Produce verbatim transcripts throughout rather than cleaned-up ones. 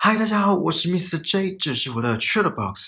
嗨，大家好，我是 Mister J， 这是我的 Chill Box。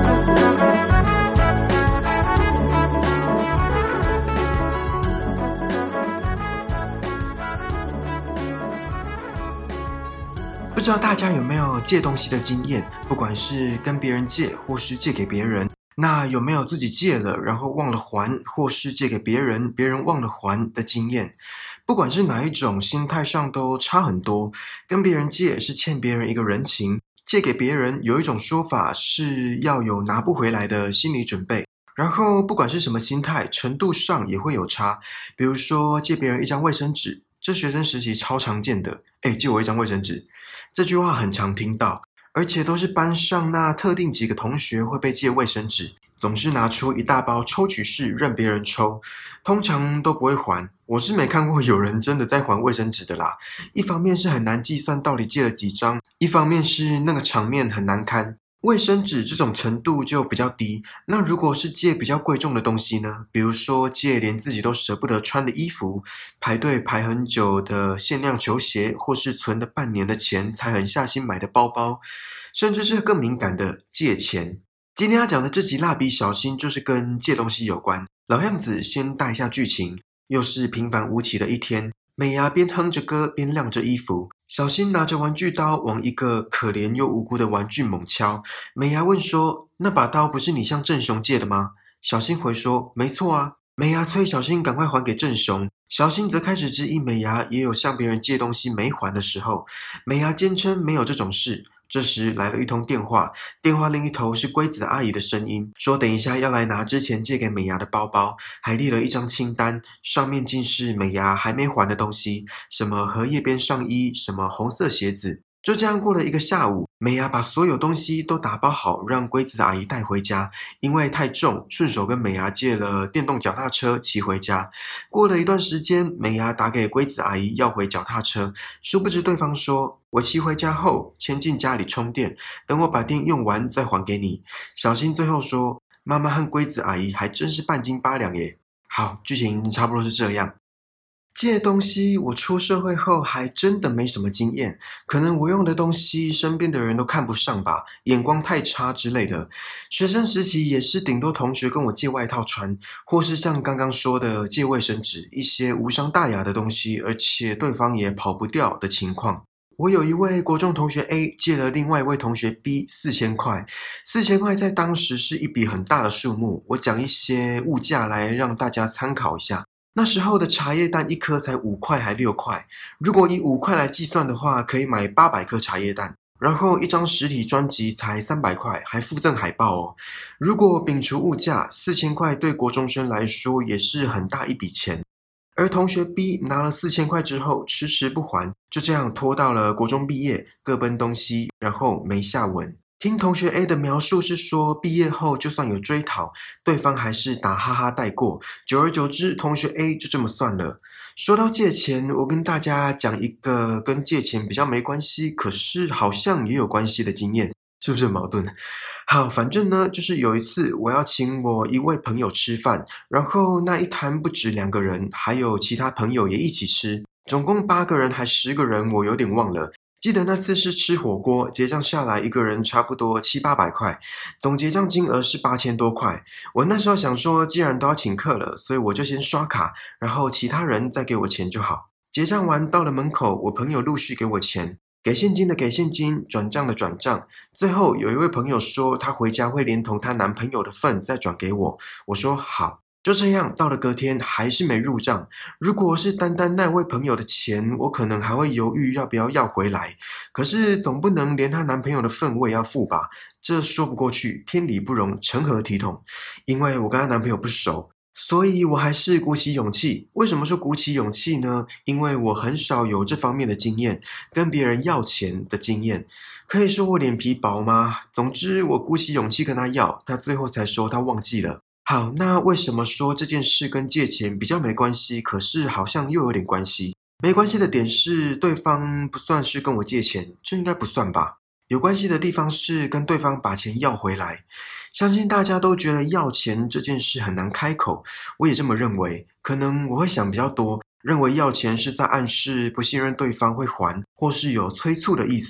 不知道大家有没有借东西的经验，不管是跟别人借或是借给别人，那有没有自己借了然后忘了还，或是借给别人别人忘了还的经验？不管是哪一种，心态上都差很多。跟别人借是欠别人一个人情，借给别人有一种说法是要有拿不回来的心理准备。然后不管是什么心态，程度上也会有差。比如说借别人一张卫生纸，这学生时期超常见的，诶，借我一张卫生纸，这句话很常听到，而且都是班上那特定几个同学会被借卫生纸，总是拿出一大包抽取式任别人抽，通常都不会还。我是没看过有人真的在还卫生纸的啦，一方面是很难计算到底借了几张，一方面是那个场面很难堪。卫生纸这种程度就比较低，那如果是借比较贵重的东西呢？比如说借连自己都舍不得穿的衣服，排队排很久的限量球鞋，或是存了半年的钱才狠下心买的包包，甚至是更敏感的借钱。今天要讲的这集蜡笔小新就是跟借东西有关。老样子，先带一下剧情。又是平凡无奇的一天，美伢边哼着歌边晾着衣服，小新拿着玩具刀往一个可怜又无辜的玩具猛敲。美伢问说：那把刀不是你向正雄借的吗？小新回说：没错啊。美伢催小新赶快还给正雄，小新则开始质疑美伢也有向别人借东西没还的时候。美伢坚称没有这种事。这时来了一通电话，电话另一头是龟子阿姨的声音，说等一下要来拿之前借给美伢的包包，还列了一张清单，上面尽是美伢还没还的东西，什么荷叶边上衣，什么红色鞋子。就这样过了一个下午，美伢把所有东西都打包好，让龟子阿姨带回家，因为太重，顺手跟美伢借了电动脚踏车骑回家。过了一段时间，美伢打给龟子阿姨要回脚踏车，殊不知对方说：我骑回家后牵进家里充电，等我把电用完再还给你。小新最后说：妈妈和龟子阿姨还真是半斤八两耶。好，剧情差不多是这样。借东西我出社会后还真的没什么经验，可能我用的东西身边的人都看不上吧，眼光太差之类的。学生时期也是顶多同学跟我借外套穿，或是像刚刚说的借卫生纸，一些无伤大雅的东西，而且对方也跑不掉的情况。我有一位国中同学 A 借了另外一位同学 B 四千块，四千块在当时是一笔很大的数目，我讲一些物价来让大家参考一下。那时候的茶叶蛋一颗才五块还六块，如果以五块来计算的话，可以买八百颗茶叶蛋，然后一张实体专辑才三百块，还附赠海报哦。如果摒除物价，四千块对国中生来说也是很大一笔钱。而同学 B 拿了四千块之后迟迟不还，就这样拖到了国中毕业，各奔东西，然后没下文。听同学 A 的描述是说，毕业后就算有追讨，对方还是打哈哈带过，久而久之，同学 A 就这么算了。说到借钱，我跟大家讲一个跟借钱比较没关系，可是好像也有关系的经验，是不是很矛盾？好，反正呢，就是有一次我要请我一位朋友吃饭，然后那一摊不止两个人，还有其他朋友也一起吃，总共八个人还十个人，我有点忘了。记得那次是吃火锅，结账下来一个人差不多七八百块，总结账金额是八千多块。我那时候想说，既然都要请客了，所以我就先刷卡，然后其他人再给我钱就好。结账完到了门口，我朋友陆续给我钱，给现金的给现金，转账的转账。最后有一位朋友说，她回家会连同她男朋友的份再转给我，我说好。就这样，到了隔天还是没入账。如果是单单那位朋友的钱，我可能还会犹豫要不要要回来。可是总不能连她男朋友的份我也要付吧？这说不过去，天理不容，成何体统？因为我跟她男朋友不熟，所以我还是鼓起勇气。为什么说鼓起勇气呢？因为我很少有这方面的经验，跟别人要钱的经验。可以说我脸皮薄吗？总之我鼓起勇气跟他要，他最后才说他忘记了。好，那为什么说这件事跟借钱比较没关系，可是好像又有点关系？没关系的点是，对方不算是跟我借钱，这应该不算吧？有关系的地方是跟对方把钱要回来。相信大家都觉得要钱这件事很难开口，我也这么认为。可能我会想比较多，认为要钱是在暗示不信任对方会还，或是有催促的意思。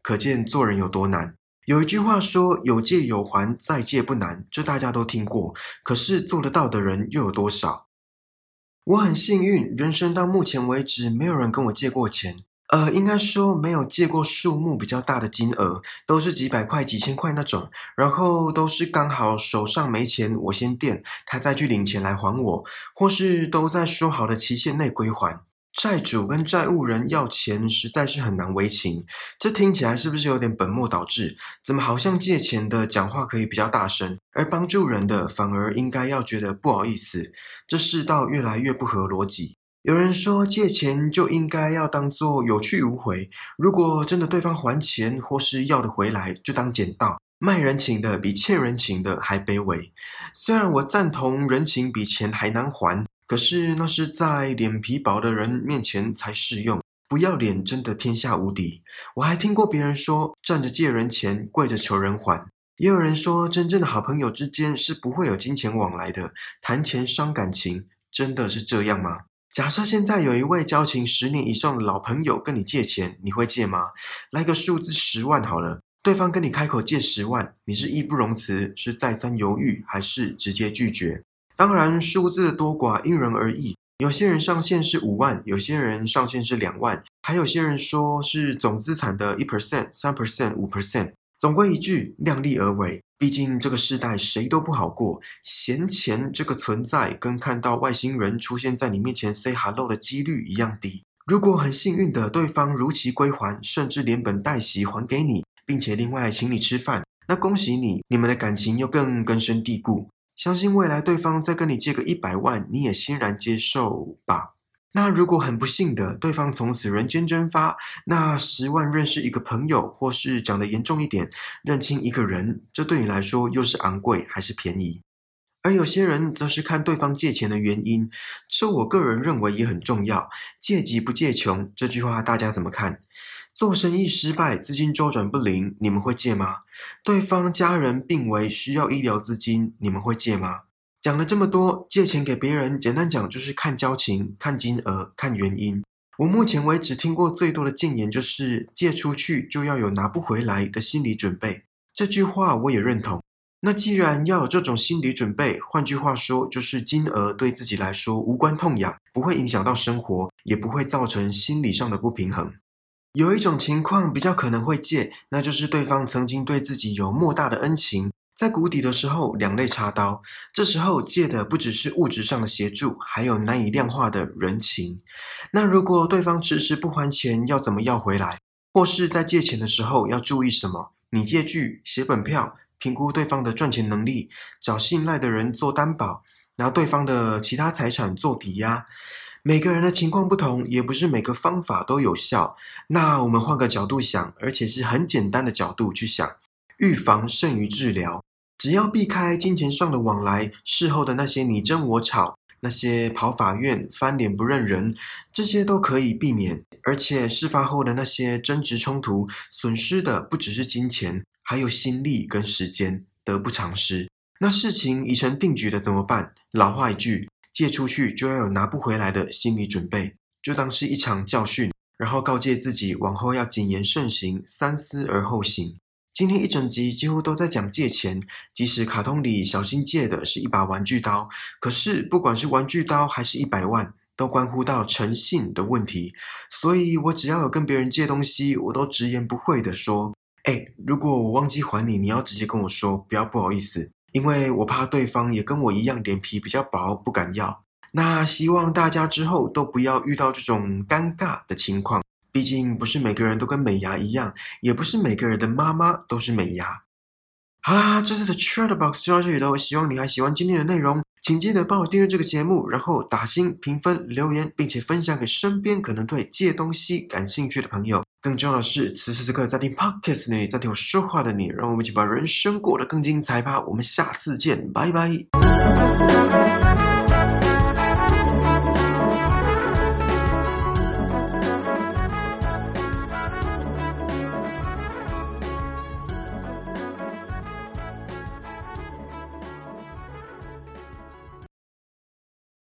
可见做人有多难。有一句话说有借有还，再借不难，这大家都听过，可是做得到的人又有多少？我很幸运，人生到目前为止没有人跟我借过钱。呃，应该说没有借过数目比较大的金额，都是几百块、几千块那种，然后都是刚好手上没钱，我先垫，他再去领钱来还我，或是都在说好的期限内归还。债主跟债务人要钱实在是很难为情，这听起来是不是有点本末倒置？怎么好像借钱的讲话可以比较大声，而帮助人的反而应该要觉得不好意思？这世道越来越不合逻辑。有人说借钱就应该要当作有去无回，如果真的对方还钱或是要得回来，就当捡到。卖人情的比欠人情的还卑微。虽然我赞同人情比钱还难还，可是那是在脸皮薄的人面前才适用，不要脸真的天下无敌。我还听过别人说站着借人钱，跪着求人还。也有人说真正的好朋友之间是不会有金钱往来的，谈钱伤感情，真的是这样吗？假设现在有一位交情十年以上的老朋友跟你借钱，你会借吗？来个数字十万好了，对方跟你开口借十万，你是义不容辞，是再三犹豫，还是直接拒绝？当然数字的多寡因人而异，有些人上限是五万，有些人上限是两万，还有些人说是总资产的 百分之一、三 百分之五。总归一句，量力而为，毕竟这个世代谁都不好过，闲钱这个存在跟看到外星人出现在你面前 say hello 的几率一样低。如果很幸运的对方如期归还，甚至连本带息还给你，并且另外请你吃饭，那恭喜你，你们的感情又更根深蒂固。相信未来对方再跟你借个一百万，你也欣然接受吧。那如果很不幸的，对方从此人间蒸发，那十万认识一个朋友，或是讲得严重一点，认清一个人，这对你来说又是昂贵还是便宜？而有些人则是看对方借钱的原因，这我个人认为也很重要。借急不借穷，这句话大家怎么看？做生意失败，资金周转不灵，你们会借吗？对方家人病危，需要医疗资金，你们会借吗？讲了这么多，借钱给别人，简单讲就是看交情、看金额、看原因。我目前为止听过最多的谏言就是借出去就要有拿不回来的心理准备。这句话我也认同。那既然要有这种心理准备，换句话说就是金额对自己来说无关痛痒，不会影响到生活，也不会造成心理上的不平衡。有一种情况比较可能会借，那就是对方曾经对自己有莫大的恩情，在谷底的时候两肋插刀，这时候借的不只是物质上的协助，还有难以量化的人情。那如果对方迟迟不还钱，要怎么要回来？或是在借钱的时候要注意什么？拟借据、写本票，评估对方的赚钱能力，找信赖的人做担保，拿对方的其他财产做抵押。每个人的情况不同，也不是每个方法都有效。那我们换个角度想，而且是很简单的角度去想，预防胜于治疗。只要避开金钱上的往来，事后的那些你争我吵，那些跑法院、翻脸不认人，这些都可以避免。而且事发后的那些争执冲突，损失的不只是金钱，还有心力跟时间，得不偿失。那事情已成定局的怎么办？老话一句，借出去就要有拿不回来的心理准备，就当是一场教训，然后告诫自己往后要谨言慎行，三思而后行。今天一整集几乎都在讲借钱，即使卡通里小新借的是一把玩具刀，可是不管是玩具刀还是一百万，都关乎到诚信的问题。所以我只要有跟别人借东西，我都直言不讳的说，哎，如果我忘记还你，你要直接跟我说，不要不好意思，因为我怕对方也跟我一样脸皮比较薄，不敢要。那希望大家之后都不要遇到这种尴尬的情况，毕竟不是每个人都跟美牙一样，也不是每个人的妈妈都是美牙。好啦，这次的 Chatterbox 就到这里了，我希望你还喜欢今天的内容，请记得帮我订阅这个节目，然后打星、评分、留言，并且分享给身边可能对借东西感兴趣的朋友。更重要的是，此时此刻在听 Podcast 的你，在听我说话的你，让我们一起把人生过得更精彩吧。我们下次见，拜拜。